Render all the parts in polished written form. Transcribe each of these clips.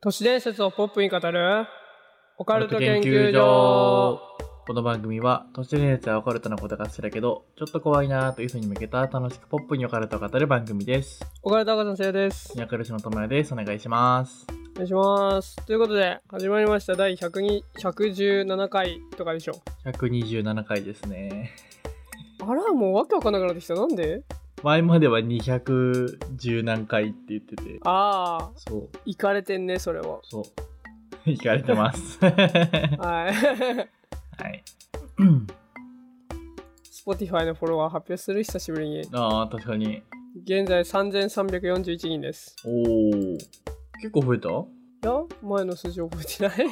都市伝説をポップに語るオカルト研究所。 この番組は都市伝説やオカルトなことが好きだけどちょっと怖いなーという人に向けた楽しくポップにオカルトを語る番組です。 オカルト博士のせいです。 ニャクルシのともやです。お願いします。 お願いします。ということで始まりました第117回とかでしょ。 127回ですね。 あら、もうわけわかんなくなってきた。なんで？ 前までは210何回って言ってて。 ああ、 そう。 行かれてんね、それは。 そう。行かれてます。 はい。 はい。 Spotify のフォロワー発表する、久しぶりに。 ああ、確かに。 現在3341人です。 おー。結構増えた？ いや、前の数字覚えてない。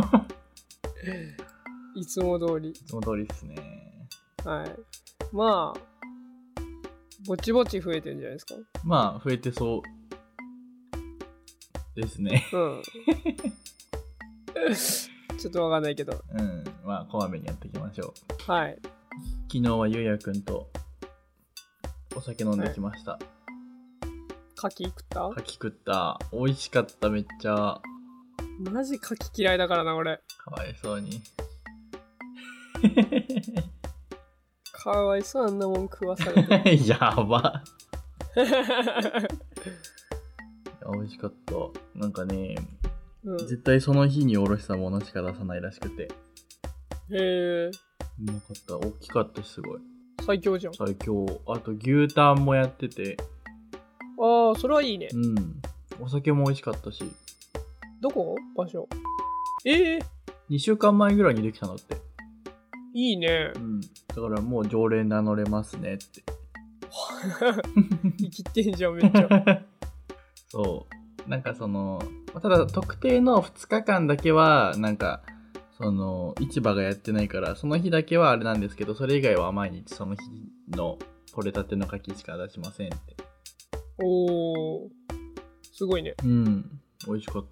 いつも通り。 いつも通りですね。 はい。まあ、ぼちぼち増えてるんじゃないですか。 まあ、増えてそうですね。 うん。ちょっとわかんないけど。 うん。まあ、こまめにやっていきましょう。 はい。 昨日はゆうやくんとお酒飲んできました。 牡蠣食った？ 牡蠣食った。美味しかった、めっちゃ。 マジ牡蠣嫌いだからな、俺。 かわいそうに。 かわいそう、あんなもん食わされて。 やば。いや美味しかった。なんかね、絶対その日におろしたものしか出さないらしくて。 へえ。 うまかった。大きかったし、すごい。 最強じゃん。 最強。あと牛タンもやってて。 ああ、それはいいね。 うん。お酒も美味しかったし。 どこ？場所。 2週間前ぐらいにできたのって。 いいね。 うん。だからもう常連名乗れますねって。 生きてんじゃん、めっちゃ。 そうなんかそのただ特定の2日間だけはなんかその市場がやってないからその日だけはあれなんですけど、それ以外は毎日その日の取れたての牡蠣しか出しませんって。 おー、すごいね。 うん、美味しかった。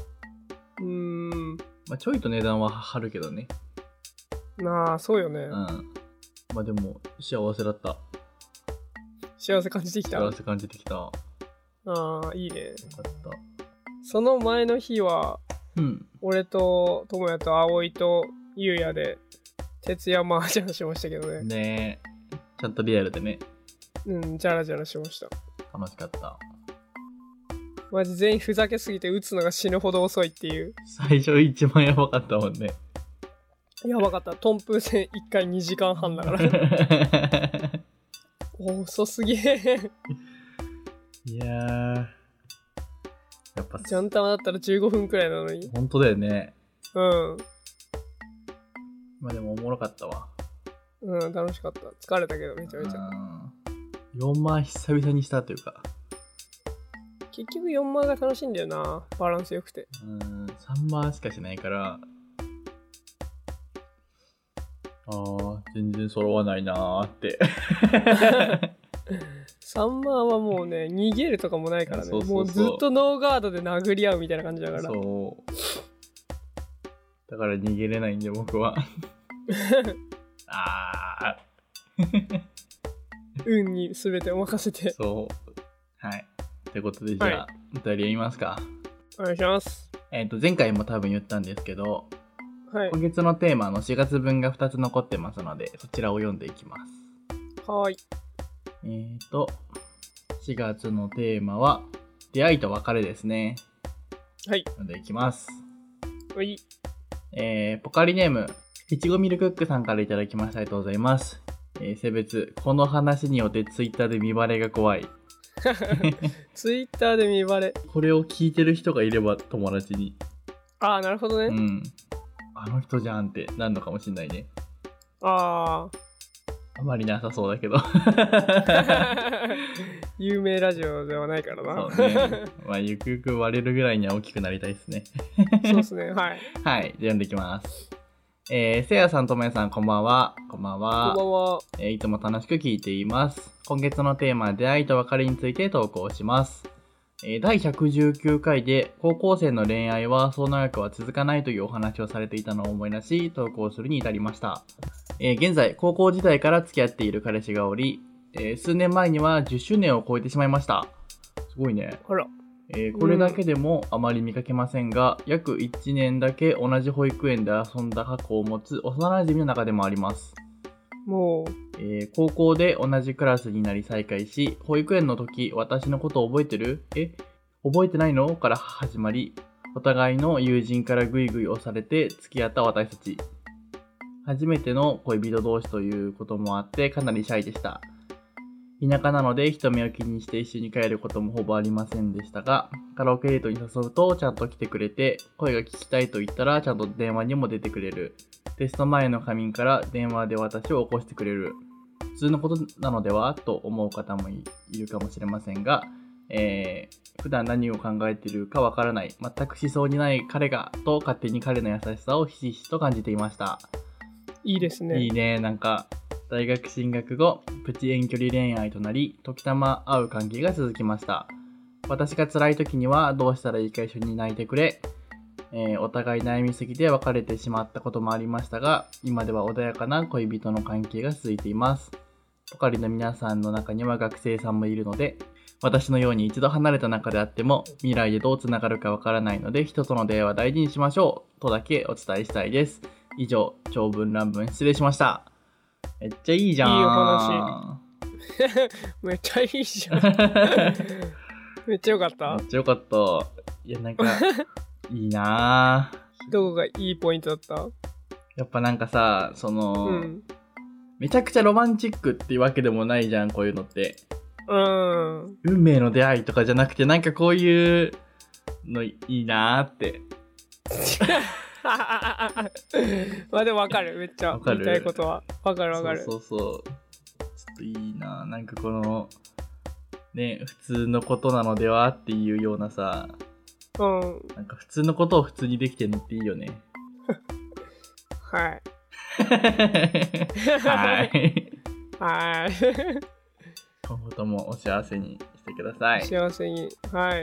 まあちょいと値段は張るけどね。 なあ、そうよね。 うん。まあでも幸せだった。 幸せ感じてきた。 幸せ感じてきた。 ああ、いいね。 よかった。 その前の日は、俺とともやと葵とゆうやで徹夜麻雀しましたけどね。 ねえ、ちゃんとリアルでね。 うん、ジャラジャラしました。 楽しかった。 マジ全員ふざけすぎて打つのが死ぬほど遅いっていう。 最初一番やばかったもんね。 やばかった。トンプー戦1回2時間半だから。遅すぎー。 いやー、やっぱジャンタマだったら15分くらいなのに。 本当だよね。 うん。 まあでもおもろかったわ。 うん、楽しかった。疲れたけどめちゃめちゃ。 4万久々にしたというか。 結局4万が楽しいんだよな。バランス良くて。 3万しかしないから。全然揃わないなーって。 3万はもうね、逃げるとかもないからね。 そうそうそう、 もうずっとノーガードで殴り合うみたいな感じだから。 そう。だから逃げれないんで僕は。 運に全てお任せて。 そう。はい。ということでじゃあ、お便り読みますか。 お願いします。 前回も多分言ったんですけど、 はい、 今月のテーマの4月分が2つ残ってますので、そちらを読んでいきます。 はい。 4月のテーマは出会いと別れですね。 はい。 読んでいきます。 はい。 ポカリネームいちごミルクックさんからいただきました。ありがとうございます。性別、この話によってツイッターで見バレが怖い。 ツイッターで見バレ。 これを聞いてる人がいれば友達に。 ああ、なるほどね。 うん。あの人じゃんってなるのかもしんないね。 あまりなさそうだけど。 有名ラジオではないからな。 そうね。まあゆくゆく割れるぐらいには大きくなりたいですね。 そうですね。はい。 はい。じゃあ読んでいきます。せいやさん、ともやさん、こんばんは。こんばんは。 こんばんは。 いつも楽しく聞いています。今月のテーマは出会いと別れについて投稿します。第119回で高校生の恋愛はそう長くは続かないというお話をされていたのを思い出し投稿するに至りました。現在高校時代から付き合っている彼氏がおり、数年前には10周年を超えてしまいました。すごいね。 あら。 これだけでもあまり見かけませんが、約1年だけ同じ保育園で遊んだ過去を持つ幼馴染の中でもあります。 もう、 高校で同じクラスになり再会し、保育園の時私のことを覚えてる？覚えてないの？から始まり、お互いの友人からグイグイ押されて付き合った私たち。初めての恋人同士ということもあってかなりシャイでした。田舎なので人目を気にして一緒に帰ることもほぼありませんでしたが、カラオケデートに誘うとちゃんと来てくれて、声が聞きたいと言ったらちゃんと電話にも出てくれる。テスト前の仮眠から電話で私を起こしてくれる。普通のことなのではと思う方もいるかもしれませんが、普段何を考えているかわからない、全く思想にない彼がと勝手に彼の優しさをひしひしと感じていました。 いいですね。 いいね。なんか大学進学後、プチ遠距離恋愛となり、時たま会う関係が続きました。私が辛い時にはどうしたらいいか一緒に泣いてくれ、お互い悩みすぎて別れてしまったこともありましたが、今では穏やかな恋人の関係が続いています。ポカリの皆さんの中には学生さんもいるので、私のように一度離れた仲であっても未来でどうつながるかわからないので、人との出会いは大事にしましょうとだけお伝えしたいです。以上、長文乱文失礼しました。めっちゃいいじゃん。 いいお話。めっちゃいいじゃん。めっちゃよかった。 めっちゃよかった。いや、なんかいいなぁ。 どこがいいポイントだった？ やっぱなんかさ、めちゃくちゃロマンチックっていうわけでもないじゃん、こういうのって。運命の出会いとかじゃなくて、なんかこういうのいいなーって。 まあでも分かる。めっちゃ言いたいことは分かる。 そうちょっといいな。なんかこのね、普通のことなのではっていうようなさ、なんか普通のことを普通にできてるのっていいよね。 はい今後ともお幸せにしてください。 幸せに。はい。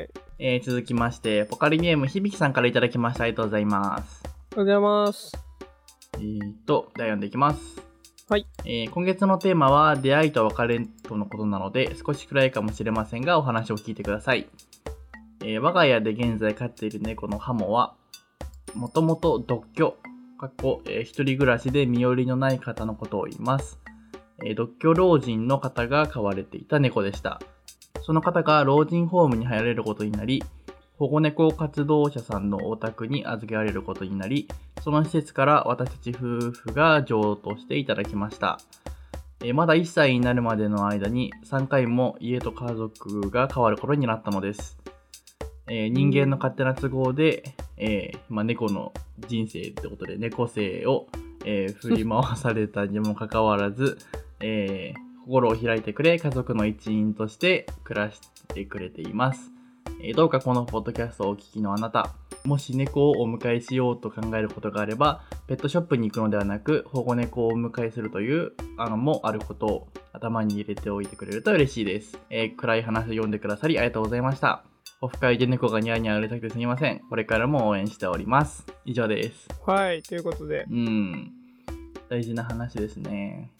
続きまして、ポカリネーム響さんからいただきました。ありがとうございます。 ありがとうございます。 第4でいきます。 はい。 今月のテーマは出会いと別れとのことなので少し暗いかもしれませんがお話を聞いてください。我が家で現在飼っている猫のハモはもともと独居一人暮らしで身寄りのない方のことを言います。独居老人の方が飼われていた猫でした。その方が老人ホームに入られることになり、保護猫活動者さんのお宅に預けられることになり、その施設から私たち夫婦が譲渡していただきました。まだ1歳になるまでの間に3回も家と家族が変わることになったのです。人間の勝手な都合で、猫の人生ってことで猫生を、振り回されたにもかかわらず、心を開いてくれ家族の一員として暮らしてくれています。どうかこのポッドキャストをお聞きのあなた、もし猫をお迎えしようと考えることがあれば、ペットショップに行くのではなく保護猫をお迎えするという案もあることを頭に入れておいてくれると嬉しいです。暗い話を読んでくださりありがとうございました。オフ会で猫がニャーニャーうるさくてすみません。これからも応援しております。以上です。 はい、ということで。 大事な話ですね。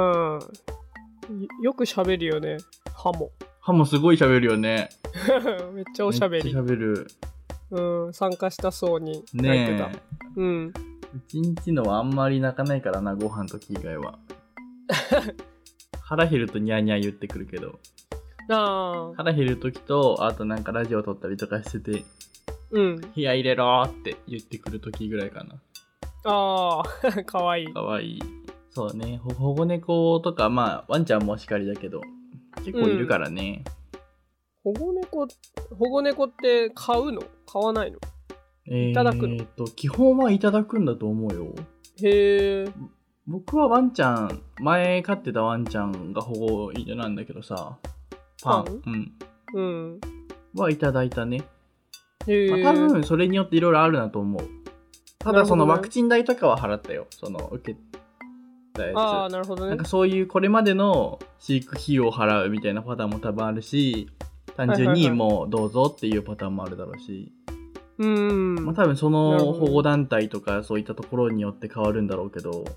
よく喋るよね、ハモすごい喋るよね。 めっちゃおしゃべり。 めっちゃ喋る。 参加したそうに泣いてた。 うちんちのはあんまり泣かないからな、ご飯時以外は。腹減るとニャーニャー言ってくるけど。腹減る時と、あとなんかラジオ撮ったりとかしてて、冷や入れろって言ってくる時ぐらいかな。 かわいい。 かわいい。そうね、保護猫とか、ワンちゃんもしかりだけど、結構いるからね。 保護猫って買うの？買わないの？いただくの？ 基本はいただくんだと思うよ。 へー。 僕はワンちゃん、前飼ってたワンちゃんが保護犬なんだけどさ、パンはいただいたね。多分それによっていろいろあるなと思う。ただそのワクチン代とかは払ったよ。その受けたやつ。 なるほどね。 なんかそういうこれまでの飼育費用を払うみたいなパターンも多分あるし、単純にもうどうぞっていうパターンもあるだろうし。多分その保護団体とかそういったところによって変わるんだろうけど。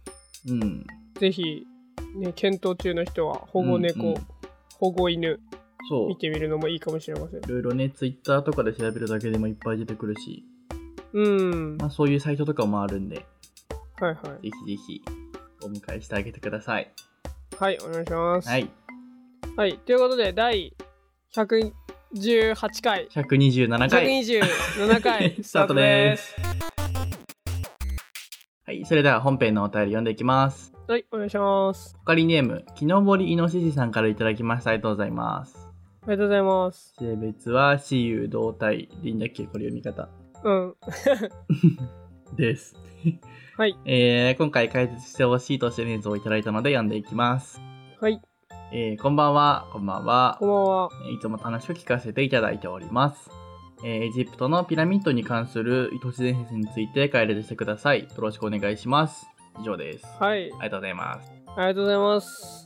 ぜひね、検討中の人は保護猫、保護犬そう見てみるのもいいかもしれません。 いろいろね、ツイッターとかで調べるだけでもいっぱい出てくるし、 まあ、そういうサイトとかもあるんで、 はいはい。 ぜひぜひお迎えしてあげてください。 はい、お願いします。 はい。 はい、ということで、第118回。 127回。 127回、 スタートです。はい、それでは本編のお便り読んでいきます。 はい、お願いします。 ポカリネーム、木登りイノシシさんからいただきました。ありがとうございます。 ありがとうございます。 性別は雌雄同体でいいんだっけ、これ読み方。です。 はい。 今回解説してほしいとしてニーズをいただいたので読んでいきます。 はい。 こんばんは。こんばんは。 こんばんは。 いつも楽しく聞かせていただいております。エジプトのピラミッドに関する都市伝説について解説してください。よろしくお願いします。以上です。 はい。 ありがとうございます。 ありがとうございます。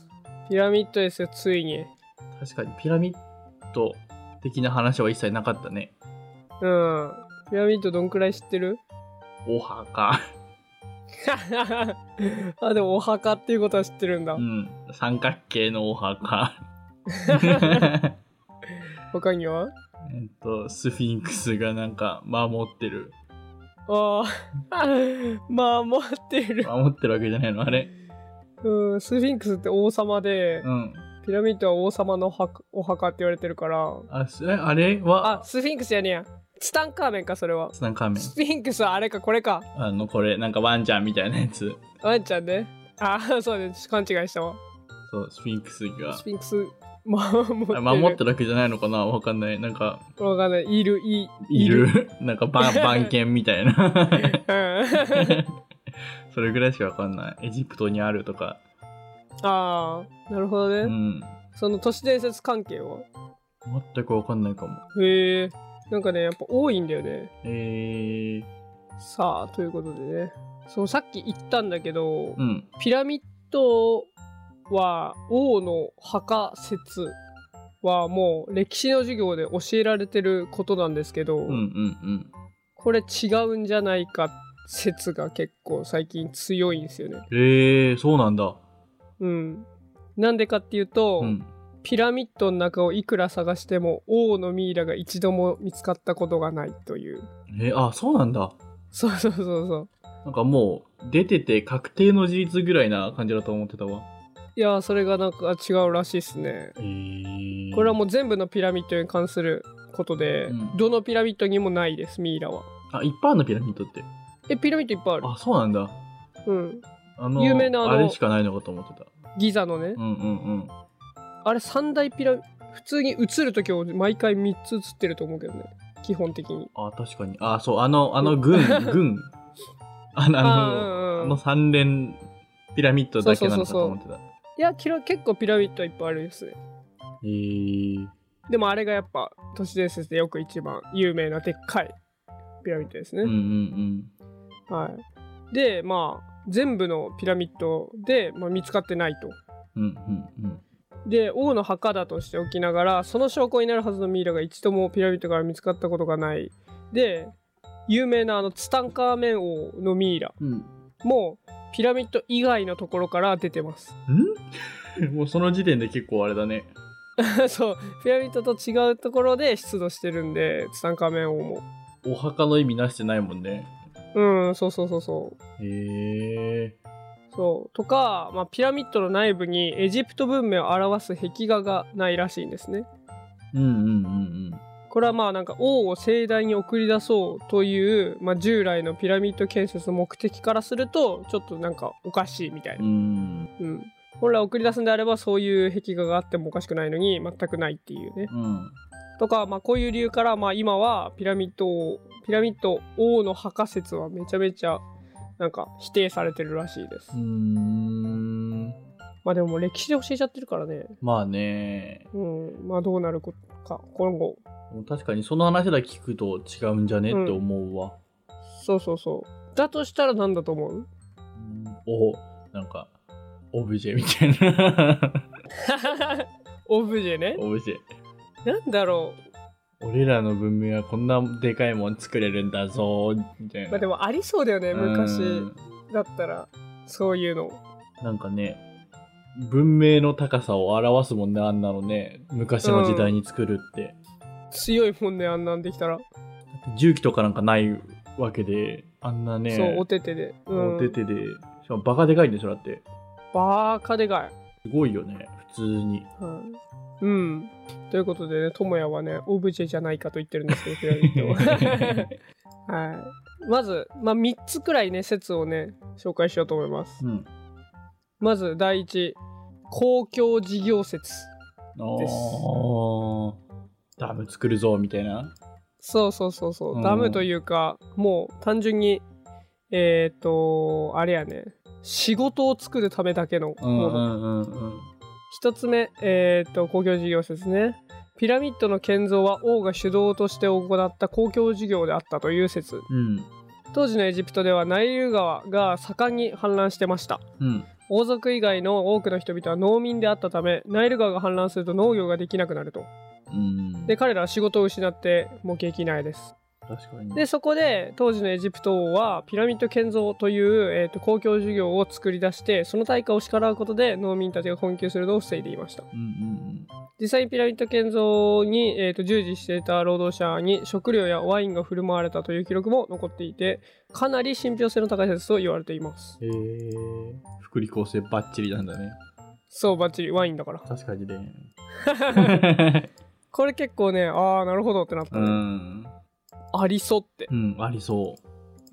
ピラミッドですよ、ついに。 確かにピラミッド的な話は一切なかったね。 ピラミッドどんくらい知ってる？ お墓。 あ、でもお墓っていうことは知ってるんだ。 三角形のお墓。 他には？ スフィンクスがなんか守ってる。 ああ、守ってる。 守ってるわけじゃないのあれ。 スフィンクスって王様で、ピラミッドは王様のお墓って言われてるから。 あれは？ スフィンクスやねや。ツタンカーメンか、それは。 ツタンカーメン。 スフィンクスはあれか、これか。 これ、なんかワンちゃんみたいなやつ。 ワンちゃんね。そうです。勘違いしたわ。 そう、スフィンクスが。 スフィンクス、 守ってるわけじゃないのかな、わかんない。なんか。 わかんない。いる。 なんか番犬みたいな。それぐらいしかわかんない。エジプトにあるとか。 なるほどね。その都市伝説関係は全くわかんないかも。 へえ。なんかね、やっぱ多いんだよね。さあ、ということでね。さっき言ったんだけど、ピラミッドは王の墓説はもう歴史の授業で教えられてることなんですけど、これ違うんじゃないか説が結構最近強いんですよね。 そうなんだ。 なんでかっていうと、ピラミッドの中をいくら探しても王のミイラが一度も見つかったことがないという。 そうなんだ。 そう。 なんかもう出てて確定の事実ぐらいな感じだと思ってたわ。 いや、それがなんか違うらしいっすね。これはもう全部のピラミッドに関することで、どのピラミッドにもないです、ミイラは。 いっぱいあるのピラミッドって。 ピラミッドいっぱいある。 そうなんだ。 有名なあれしかないのかと思ってた。 ギザのね。あれ3大ピラミッド、普通に映るときは毎回3つ映ってると思うけどね。基本的に。 確かに。そう、軍。あの3連ピラミッドだけなのかと思ってた。 いや、結構ピラミッドはいっぱいあるですね。でもあれがやっぱ都市伝説でよく一番有名なでっかいピラミッドですね。はい。で、全部のピラミッドで、見つかってないと。で、王の墓だとしておきながら、その証拠になるはずのミイラが一度もピラミッドから見つかったことがない。で、有名なツタンカーメン王のミイラもピラミッド以外のところから出てます。 もうその時点で結構あれだね。 そう、ピラミッドと違うところで出土してるんで、ツタンカーメン王も。 お墓の意味なしてないもんね。 そう。そうとか、ピラミッドの内部にエジプト文明を表す壁画がないらしいんですね。これはなんか王を盛大に送り出そうという、従来のピラミッド建設の目的からするとちょっとなんかおかしいみたいな。本来送り出すんであればそういう壁画があってもおかしくないのに全くないっていうね。とか、こういう理由から、今はピラミッド王の墓説はめちゃめちゃなんか否定されてるらしいです。でももう歴史で教えちゃってるからね。 ね。 どうなるか今後。 確かにその話だけ聞くと違うんじゃねって思うわ。 そうだとしたら何だと思う？ なんかオブジェみたいな。 オブジェね。 オブジェなんだろう。俺らの文明はこんなでかいもん作れるんだぞみたいな。 でもありそうだよね、昔だったらそういうの。 なんかね、 文明の高さを表すもんね、あんなのね。昔の時代に作るって。 強いもんね、あんなんできたら。 重機とかなんかないわけで、あんなね。 そう、お手手で。 お手手で。しかもバカでかいんでしょ、だって。 バカでかい。すごいよね、普通に。 うん。ということでね、ともやはね、オブジェじゃないかと言ってるんですけど、ピラミッドは。はい。まず、3つくらいね、説をね、紹介しようと思います。まず、第一、公共事業説です。 ダム作るぞ、みたいな。 そう。ダムというか、もう単純に、あれやね、仕事を作るためだけのもの。一つ目、公共事業説ね。ピラミッドの建造は王が主導として行った公共事業であったという説。当時のエジプトではナイル川が盛んに氾濫してました。王族以外の多くの人々は農民であったため、ナイル川が氾濫すると農業ができなくなると。で、彼らは仕事を失ってもう激悩です。 確かに。 で、そこで当時のエジプト王はピラミッド建造という、公共事業を作り出して、その対価を支払うことで農民たちが困窮するのを防いでいました。実際にピラミッド建造に、従事していた労働者に食料やワインが振る舞われたという記録も残っていて、かなり信憑性の高い説と言われています。 福利厚生バッチリなんだね。 そう、バッチリ。ワインだから。 確かにね。 これ結構ね、なるほどってなったね。ありそうって。 ありそう。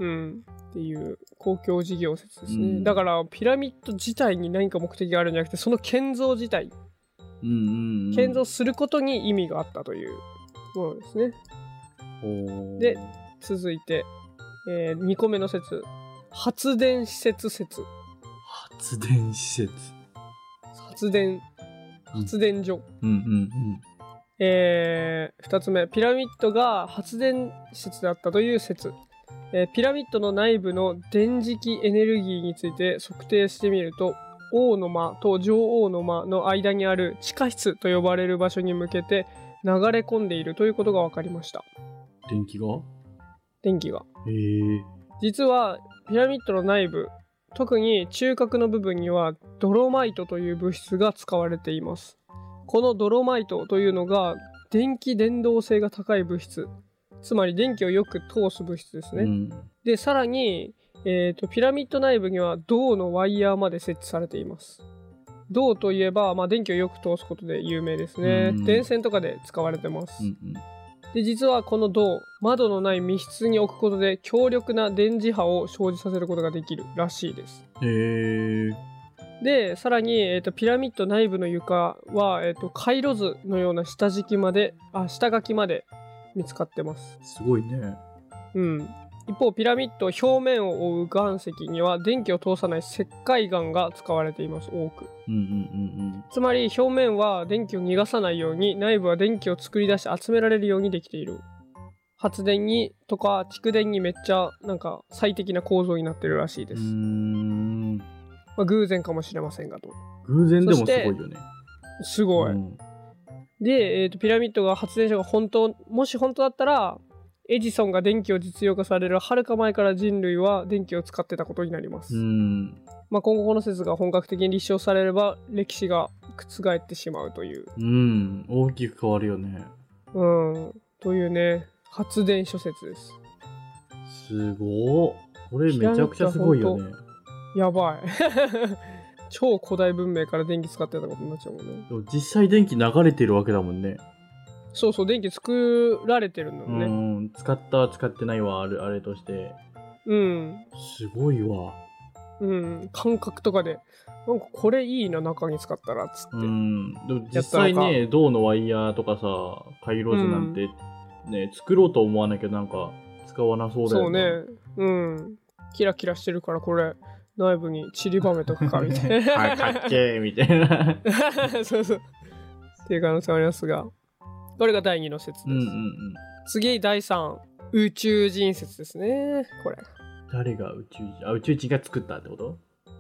っていう公共事業説ですね。だからピラミッド自体に何か目的があるんじゃなくて、その建造自体、建造することに意味があったというものですね。で、続いて、2個目の説、発電施設説。 発電施設。 発電所。2つ目、ピラミッドが発電施設だったという説。ピラミッドの内部の電磁気エネルギーについて測定してみると、王の間と女王の間の間にある地下室と呼ばれる場所に向けて流れ込んでいるということが分かりました。電気が。実はピラミッドの内部、特に中核の部分にはドロマイトという物質が使われています。このドロマイトというのが電気伝導性が高い物質、つまり電気をよく通す物質ですね。で、さらに、ピラミッド内部には銅のワイヤーまで設置されています。銅といえば、電気をよく通すことで有名ですね。電線とかで使われてます。で、実はこの銅、窓のない密室に置くことで強力な電磁波を生じさせることができるらしいです。で、さらに、ピラミッド内部の床は、回路図のような下書きまで見つかってます。 すごいね。 一方、ピラミッド表面を覆う岩石には電気を通さない石灰岩が使われています、多く。つまり表面は電気を逃がさないように、内部は電気を作り出し集められるようにできている。発電にとか蓄電にめっちゃなんか最適な構造になってるらしいです。偶然かもしれませんがと。 偶然でもすごいよね。 すごい。で、ピラミッドが発電所がもし本当だったら、エジソンが電気を実用化されるはるか前から人類は電気を使ってたことになります。今後この説が本格的に立証されれば歴史が覆ってしまうという。 大きく変わるよね。 というね、発電所説です。 すごー。これめちゃくちゃすごいよね。 やばい。超古代文明から電気使ってたことになっちゃうもんね。 でも実際電気流れてるわけだもんね。 そう、電気作られてるんだもんね。 使ってないわ、あれとして。すごいわ。 感覚とかで、なんかこれいいな、中に使ったら、つって。でも実際ね、銅のワイヤーとかさ、回路図なんて、作ろうと思わなきゃなんか使わなそうだよね。 そうね。キラキラしてるから、これ、内部に散りばめとくか、みたいな。 はい、かっけー、みたいな。 そう。っていう可能性ありますが。これが第2の説です。次、第3、宇宙人説ですね。これ。 誰が宇宙人が作ったってこと？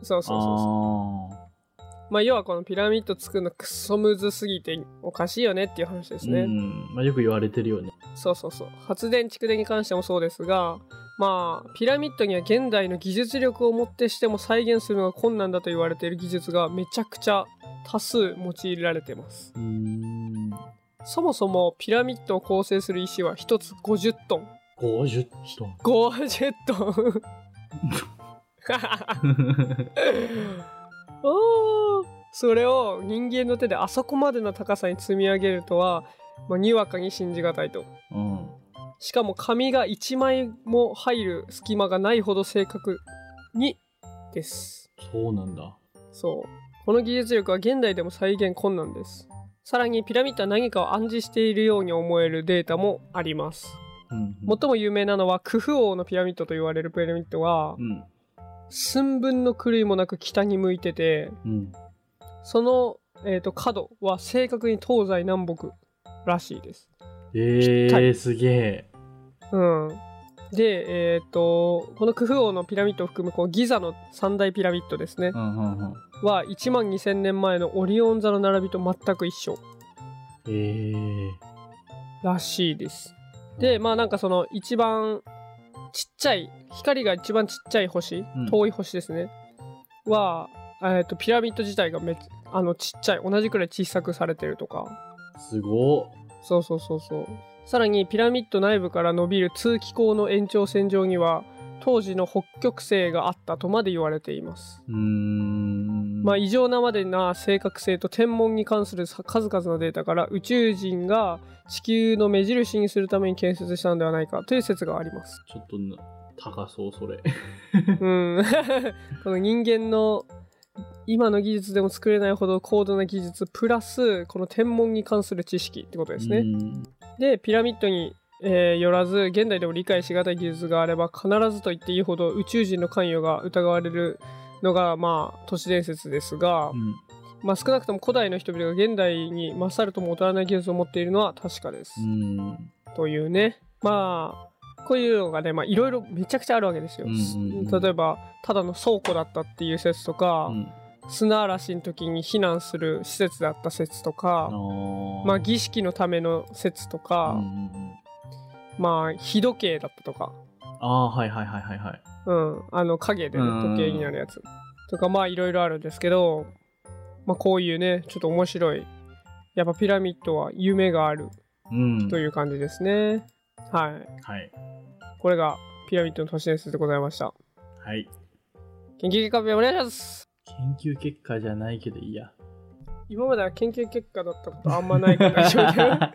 そう。要はこのピラミッド作るのクソむずすぎておかしいよねっていう話ですね。 よく言われてるよね。 そう。発電蓄電に関してもそうですが、 まあピラミッドには現代の技術力をもってしても再現するのが困難だと言われている技術がめちゃくちゃ多数用いられています。そもそもピラミッドを構成する石は1つ50トン。 50トン。 50トン。おー、それを人間の手であそこまでの高さに積み上げるとは、にわかに信じがたいと。しかも紙が1枚も入る隙間がないほど正確にです。 そうなんだ。 そう。この技術力は現代でも再現困難です。さらにピラミッドは何かを暗示しているように思えるデータもあります。最も有名なのはクフ王のピラミッドと言われるピラミッドは、寸分の狂いもなく北に向いてて、その、角は正確に東西南北らしいです。 すげえ。 で、このクフ王のピラミッドを含むこうギザの三大ピラミッドですね、は1万2000年前のオリオン座の並びと全く一緒、らしいです。でまあなんかその一番ちっちゃい光が一番ちっちゃい星、遠い星ですねは、ピラミッド自体がちっちゃい同じくらい小さくされてるとか。 すごっ。 そう。さらにピラミッド内部から伸びる通気口の延長線上には当時の北極星があったとまで言われています。まあ異常なまでな正確性と天文に関する数々のデータから宇宙人が地球の目印にするために建設したのではないかという説があります。 ちょっと高そうそれ。 この人間の今の技術でも作れないほど高度な技術プラスこの天文に関する知識ってことですね。でピラミッドに、よらず現代でも理解しがたい技術があれば必ずと言っていいほど宇宙人の関与が疑われるのがまあ都市伝説ですが、まあ少なくとも古代の人々が現代に勝るとも劣らない技術を持っているのは確かです。というね、まあこういうのがね、まあいろいろめちゃくちゃあるわけですよ。例えばただの倉庫だったっていう説とか、砂嵐の時に避難する施設だった説とか、まあ儀式のための説とか、まあ日時計だったとか。影でね時計になるやつとか、まあいろいろあるんですけど、まあこういうねちょっと面白い、やっぱピラミッドは夢があるという感じですね。はい。これがピラミッドの都市伝説でございました。研究結果お願いします。 研究結果じゃないけどいいや。 今までは研究結果だったことあんまないから大丈夫だ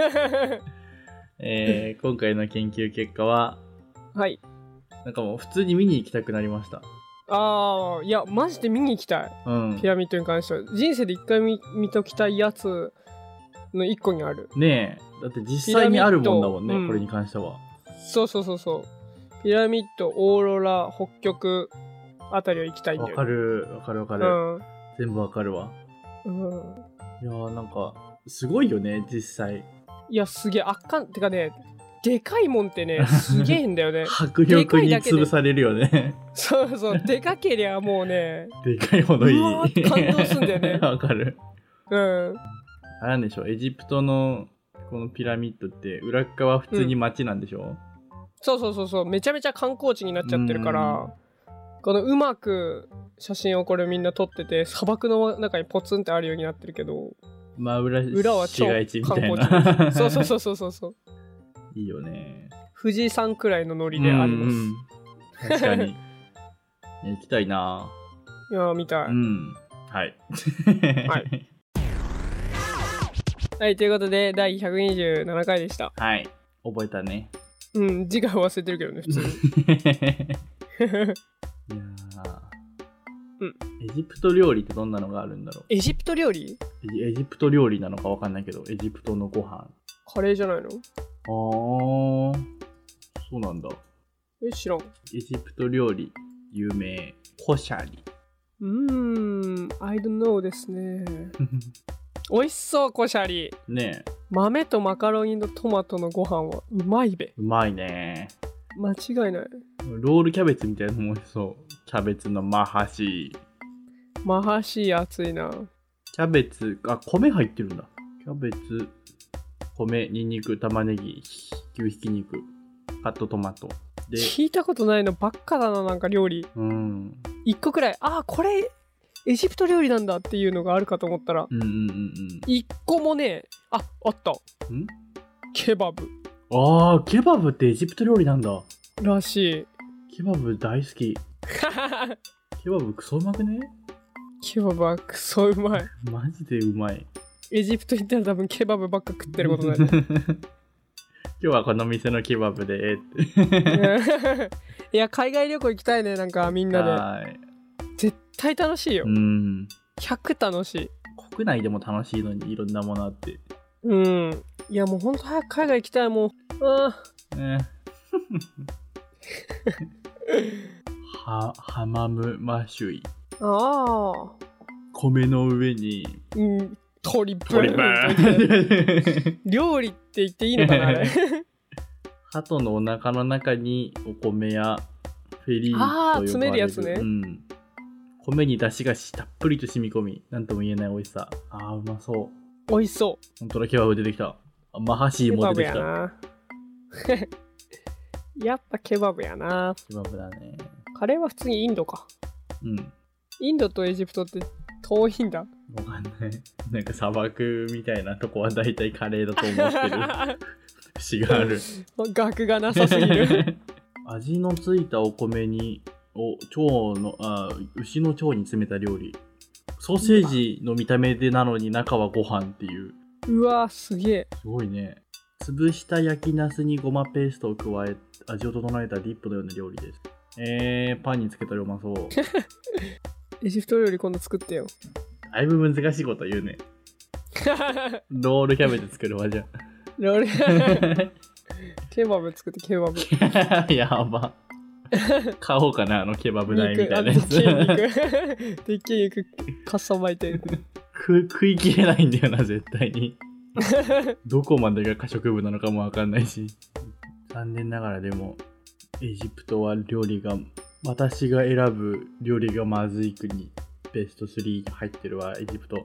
よ。 今回の研究結果は、なんかもう普通に見に行きたくなりました。 いやマジで見に行きたい、ピラミッドに関しては人生で一回 見ときたいやつの一個にあるね。だって実際にあるもんだもんね、これに関しては。 そうピラミッド、オーロラ、北極あたりは行きたいんだよ、ね。わかる、 全部わかるわ。いやーなんかすごいよね実際。 いやすげえ圧巻ってかね、でかいもんってねすげえんだよね。 迫力に潰されるよね。 そうでかけりゃもうねでかいほどいい。 うわー感動すんだよね。 わかる。あれなんでしょう、エジプトのこのピラミッドって裏側普通に街なんでしょ、 そうめちゃめちゃ観光地になっちゃってるから、このうまく写真をこれみんな撮ってて砂漠の中にポツンってあるようになってるけど、 まあ裏は超観光地。そういいよね。 富士山くらいのノリであります。 確かに。行きたいな。 いや見たい。はい、ということで第127回でした。 はい、覚えたね。 次回忘れてるけどね普通に。 いやエジプト料理ってどんなのがあるんだろう。 エジプト料理？ エジプト料理なのかわかんないけど、エジプトのご飯。 カレーじゃないの？ そうなんだ。 知らん。 エジプト料理有名、コシャリ。 I don't know ですね。美味しそうコシャリ。 ねえ。 豆とマカロニとトマトのご飯はうまいべ。 うまいね。 間違いない。 ロールキャベツみたいなのも美味しそう。キャベツのマハシ。 マハシ熱いな。 キャベツ、米入ってるんだ。キャベツ、米、ニンニク、玉ねぎ、牛ひき肉、カットトマト。 で聞いたことないのばっかだな、なんか料理。一個くらい、これエジプト料理なんだっていうのがあるかと思ったら、一個もね、あった。ケバブ。 ケバブってエジプト料理なんだ。 らしい。 ケバブ大好き。ケバブクソうまくね？ ケバブはクソうまい。 マジでうまい。 エジプト行ったら多分ケバブばっか食ってることになる。 今日はこの店のケバブでって。 いや、海外旅行行きたいね、なんかみんなで。絶対楽しいよ。100楽しい。 国内でも楽しいのにいろんなものあって。 いやもうほんと早く海外行きたい、もう。 ハマムマシュイ。米の上に鳥ブーン料理って言っていいのかな、あれ。 鳩のお腹の中にお米やフェリーと呼ばれる詰めるやつね。 米に出汁がたっぷりと染み込み、なんとも言えない美味しさ。うまそう。 美味しそう。 ほんとだ、ケバブ出てきた。マハシーも出てきた。 やっぱケバブやな。 ケバブだね。 カレーは普通にインドか。インドとエジプトって遠いんだ。 わかんない。なんか砂漠みたいなとこは大体カレーだと思ってる節がある。 額がなさすぎる。 味のついたお米に牛の腸に詰めた料理。ソーセージの見た目でなのに中はご飯っていう。 うわすげえ。 すごいね。潰した焼きナスにごまペーストを加え味を整えたディップのような料理です。パンにつけたらうまそう。 エジプト料理今度作ってよ。 だいぶ難しいこと言うね。ロールキャベツ作るわ、じゃあ。 ロールケバブ作って、ケバブ。 やば。買おうかな、ケバブ台みたいなやつ。 でっけえ肉かっさばいて。 食い切れないんだよな、絶対に。どこまでが可食部なのかもわかんないし。残念ながらでもエジプトは私が選ぶ料理がまずい国ベスト3に入ってるわ。エジプト。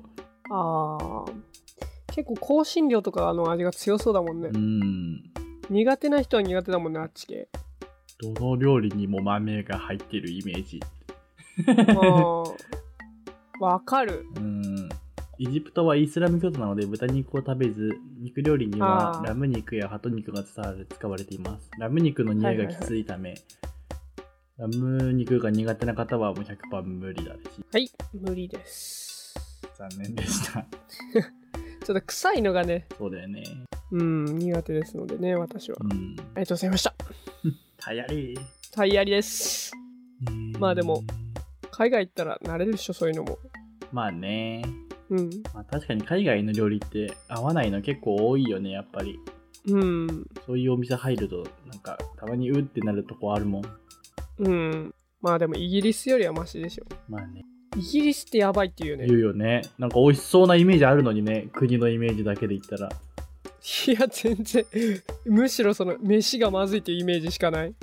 結構香辛料とかの味が強そうだもんね。苦手な人は苦手だもんね、あっち系。 どの料理にも豆が入ってるイメージ。 わかる。 エジプトはイスラム教徒なので豚肉を食べず、肉料理にはラム肉や鳩肉が使われています。ラム肉の匂いがきついため、ラム肉が苦手な方はもう 100% 無理だし。 はい、無理です。 残念でした。 ちょっと臭いのがね。 そうだよね。 苦手ですのでね、私は。ありがとうございました。 タイヤリです。まあでも、海外行ったら慣れるでしょ、そういうのも。 まあね。確かに海外の料理って合わないの結構多いよね、やっぱり。そういうお店入るとなんかたまにってなるとこあるもん。 まあでもイギリスよりはマシでしょ。 まあね。 イギリスってやばいって言うね。 言うよね。なんか美味しそうなイメージあるのにね、国のイメージだけで言ったら。 いや全然むしろその飯がまずいっていうイメージしかない。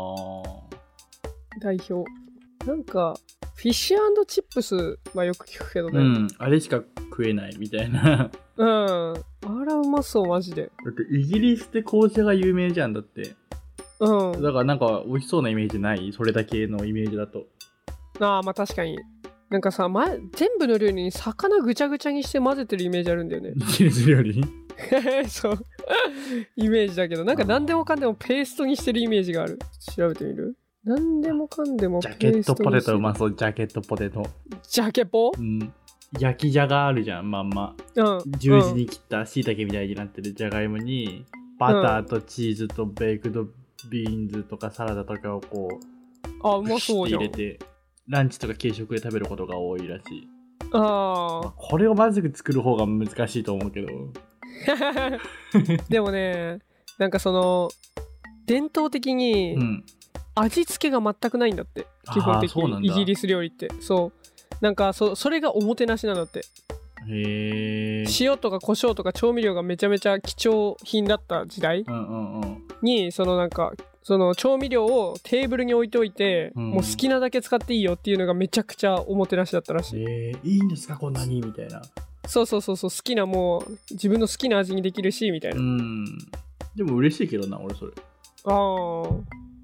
代表なんかフィッシュ&チップスはよく聞くけどね。 あれしか食えないみたいな。 あらうまそうマジで。 だってイギリスって紅茶が有名じゃん。だってだからなんか美味しそうなイメージない？それだけのイメージだと。 まあ確かになんかさ、全部の料理に魚ぐちゃぐちゃにして混ぜてるイメージあるんだよね。 イギリス料理そうイメージだけど、なんか何でもかんでもペーストにしてるイメージがある。調べてみる？何でもかんでもペーストにしてる。 ジャケットポテトうまそう。ジャケットポテト。 ジャケポ？ 焼きじゃがあるじゃん、まんま。十字に切った椎茸みたいになってるじゃがいもにバターとチーズとベイクドビーンズとかサラダとかをこううまそうじゃん。 入れてランチとか軽食で食べることが多いらしい。これをまずく作る方が難しいと思うけど。 でもね、なんかその伝統的に味付けが全くないんだって、基本的にイギリス料理って。そうなんかそれがおもてなしなんだって。塩とか胡椒とか調味料がめちゃめちゃ貴重品だった時代に、そのなんかその調味料をテーブルに置いておいて、もう好きなだけ使っていいよっていうのがめちゃくちゃおもてなしだったらしい。 いいんですかこんなにみたいな。 そう好きなもう自分の好きな味にできるしみたいな。 でも嬉しいけどな俺それ。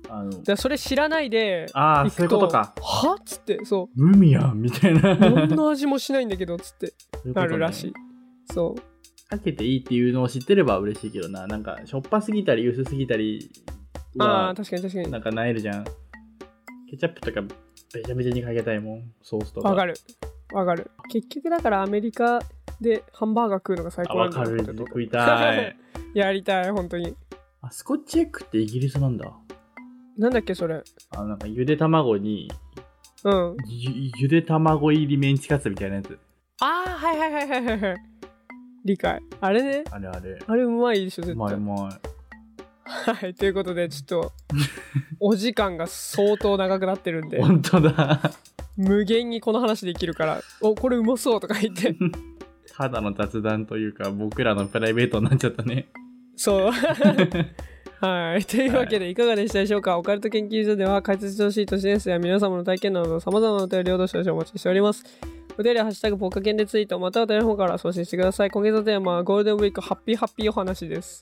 でそれ知らないでああそういうことか。 はっつってそう無味やんみたいな。 何の味もしないんだけどっつってなるらしい。そうかけていいっていうのを知ってれば嬉しいけどな。なんかしょっぱすぎたり薄すぎたりは確かになんかなえるじゃん。ケチャップとかべちゃべちゃにかけたいもん、ソースとか。 わかる結局だからアメリカでハンバーガー食うのが最高なんだよ。 わかる、食いたい。 やりたい本当に。 スコッチエッグってイギリスなんだ。 なんだっけそれ。 なんかゆで卵にゆで卵入りメンチカツみたいなやつ。 はい理解。あれね。あれうまいでしょ絶対。 うまい。 はい、ということでちょっとお時間が相当長くなってるんで本当だ無限にこの話できるからこれうまそうとか言ってただの雑談というか僕らのプライベートになっちゃったね。 そうはい、というわけでいかがでしたでしょうか。オカルト研究所では解説してほしい都市伝説や皆様の体験など様々なお便りをどしどしお待ちしております。お便りはハッシュタグポカケンでツイートまたはお便りの方から送信してください。今月のテーマはゴールデンウィークハッピーお話です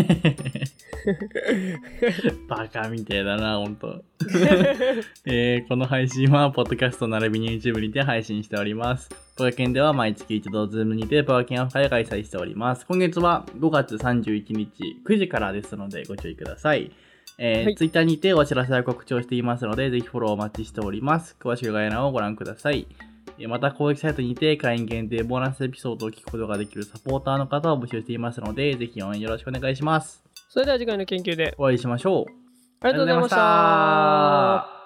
バカみてえだなほんとこの配信はポッドキャスト並びに YouTube にて配信しております。ポカケンでは毎月一度 Zoom にてポカケンオフ会を開催しております。今月は5月31日9時からですのでご注意ください。はい、Twitter にてお知らせや告知をしていますのでぜひフォローお待ちしております。詳しく概要欄をご覧ください。また公式サイトにて会員限定ボーナスエピソードを聞くことができるサポーターの方を募集していますのでぜひ応援よろしくお願いします。 それでは次回の研究でお会いしましょう。 ありがとうございました。